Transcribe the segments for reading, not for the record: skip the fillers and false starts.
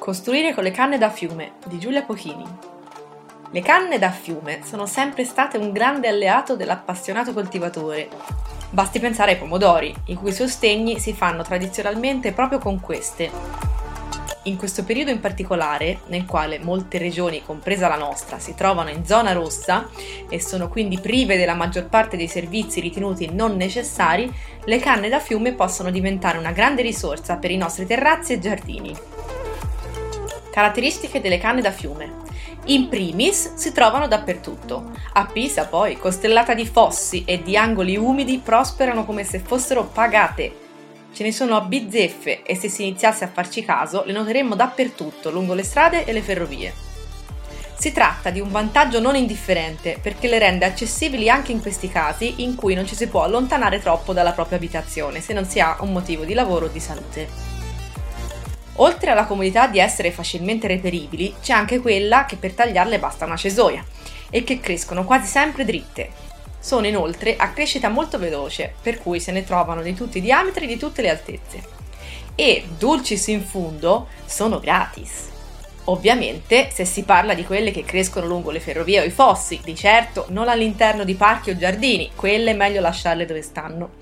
Costruire con le canne da fiume di Giulia Pochini. Le canne da fiume sono sempre state un grande alleato dell'appassionato coltivatore. Basti pensare ai pomodori, i cui sostegni si fanno tradizionalmente proprio con queste. In questo periodo in particolare, nel quale molte regioni, compresa la nostra, si trovano in zona rossa e sono quindi prive della maggior parte dei servizi ritenuti non necessari, le canne da fiume possono diventare una grande risorsa per i nostri terrazzi e giardini. Caratteristiche delle canne da fiume. In primis si trovano dappertutto. A Pisa poi, costellata di fossi e di angoli umidi, prosperano come se fossero pagate. Ce ne sono a bizzeffe e se si iniziasse a farci caso le noteremmo dappertutto, lungo le strade e le ferrovie. Si tratta di un vantaggio non indifferente perché le rende accessibili anche in questi casi in cui non ci si può allontanare troppo dalla propria abitazione se non si ha un motivo di lavoro o di salute. Oltre alla comodità di essere facilmente reperibili, c'è anche quella che per tagliarle basta una cesoia e che crescono quasi sempre dritte. Sono inoltre a crescita molto veloce, per cui se ne trovano di tutti i diametri e di tutte le altezze. E, dulcis in fundo, sono gratis. Ovviamente, se si parla di quelle che crescono lungo le ferrovie o i fossi, di certo non all'interno di parchi o giardini, quelle è meglio lasciarle dove stanno.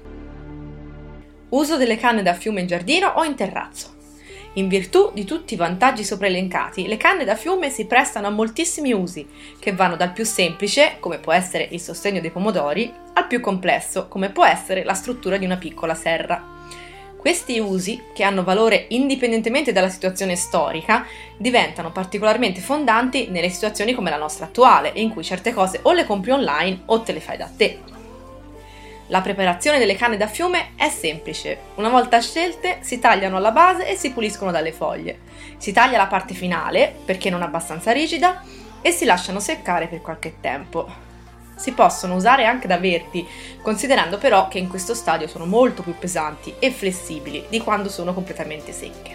Uso delle canne da fiume in giardino o in terrazzo. In virtù di tutti i vantaggi sopra elencati, le canne da fiume si prestano a moltissimi usi, che vanno dal più semplice, come può essere il sostegno dei pomodori, al più complesso, come può essere la struttura di una piccola serra. Questi usi, che hanno valore indipendentemente dalla situazione storica, diventano particolarmente fondanti nelle situazioni come la nostra attuale, in cui certe cose o le compri online o te le fai da te. La preparazione delle canne da fiume è semplice. Una volta scelte, si tagliano alla base e si puliscono dalle foglie. Si taglia la parte finale, perché non abbastanza rigida, e si lasciano seccare per qualche tempo. Si possono usare anche da verdi, considerando però che in questo stadio sono molto più pesanti e flessibili di quando sono completamente secche.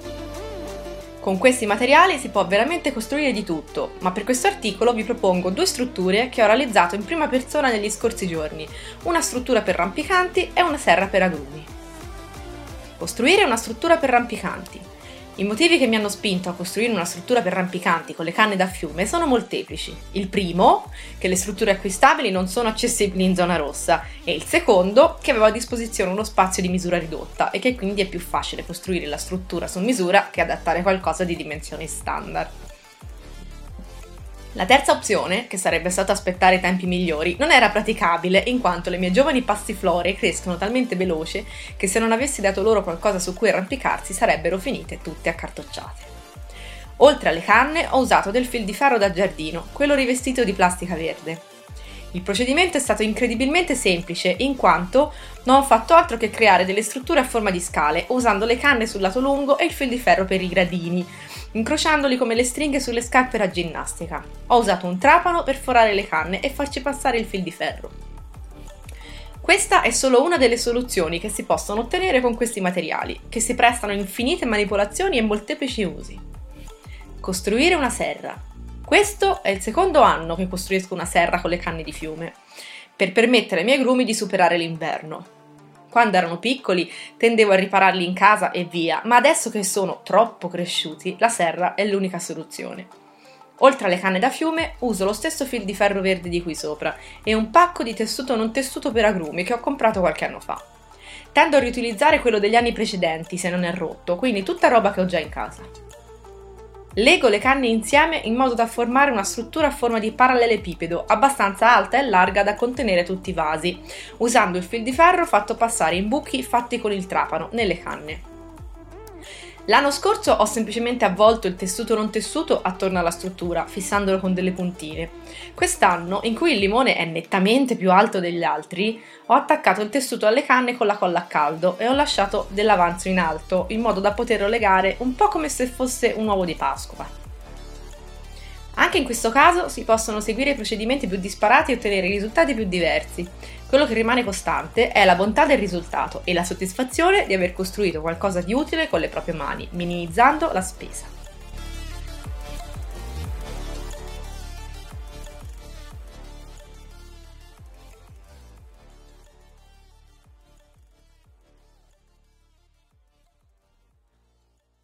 Con questi materiali si può veramente costruire di tutto, ma per questo articolo vi propongo due strutture che ho realizzato in prima persona negli scorsi giorni, una struttura per rampicanti e una serra per agrumi. Costruire una struttura per rampicanti. I motivi che mi hanno spinto a costruire una struttura per rampicanti con le canne da fiume sono molteplici. Il primo, che le strutture acquistabili non sono accessibili in zona rossa, e il secondo, che avevo a disposizione uno spazio di misura ridotta e che quindi è più facile costruire la struttura su misura che adattare qualcosa di dimensioni standard. La terza opzione, che sarebbe stato aspettare tempi migliori, non era praticabile in quanto le mie giovani passiflore crescono talmente veloce che se non avessi dato loro qualcosa su cui arrampicarsi sarebbero finite tutte accartocciate. Oltre alle canne ho usato del fil di ferro da giardino, quello rivestito di plastica verde. Il procedimento è stato incredibilmente semplice in quanto non ho fatto altro che creare delle strutture a forma di scale usando le canne sul lato lungo e il fil di ferro per i gradini, incrociandoli come le stringhe sulle scarpe da ginnastica. Ho usato un trapano per forare le canne e farci passare il fil di ferro. Questa è solo una delle soluzioni che si possono ottenere con questi materiali, che si prestano a infinite manipolazioni e molteplici usi. Costruire una serra. Questo è il secondo anno che costruisco una serra con le canne di fiume, per permettere ai miei agrumi di superare l'inverno. Quando erano piccoli tendevo a ripararli in casa e via, ma adesso che sono troppo cresciuti, la serra è l'unica soluzione. Oltre alle canne da fiume, uso lo stesso fil di ferro verde di qui sopra e un pacco di tessuto non tessuto per agrumi che ho comprato qualche anno fa. Tendo a riutilizzare quello degli anni precedenti se non è rotto, quindi tutta roba che ho già in casa. Lego le canne insieme in modo da formare una struttura a forma di parallelepipedo abbastanza alta e larga da contenere tutti i vasi, usando il fil di ferro fatto passare in buchi fatti con il trapano nelle canne. L'anno scorso ho semplicemente avvolto il tessuto non tessuto attorno alla struttura, fissandolo con delle puntine. Quest'anno, in cui il limone è nettamente più alto degli altri, ho attaccato il tessuto alle canne con la colla a caldo e ho lasciato dell'avanzo in alto, in modo da poterlo legare un po' come se fosse un uovo di Pasqua. Anche in questo caso si possono seguire i procedimenti più disparati e ottenere risultati più diversi. Quello che rimane costante è la bontà del risultato e la soddisfazione di aver costruito qualcosa di utile con le proprie mani, minimizzando la spesa.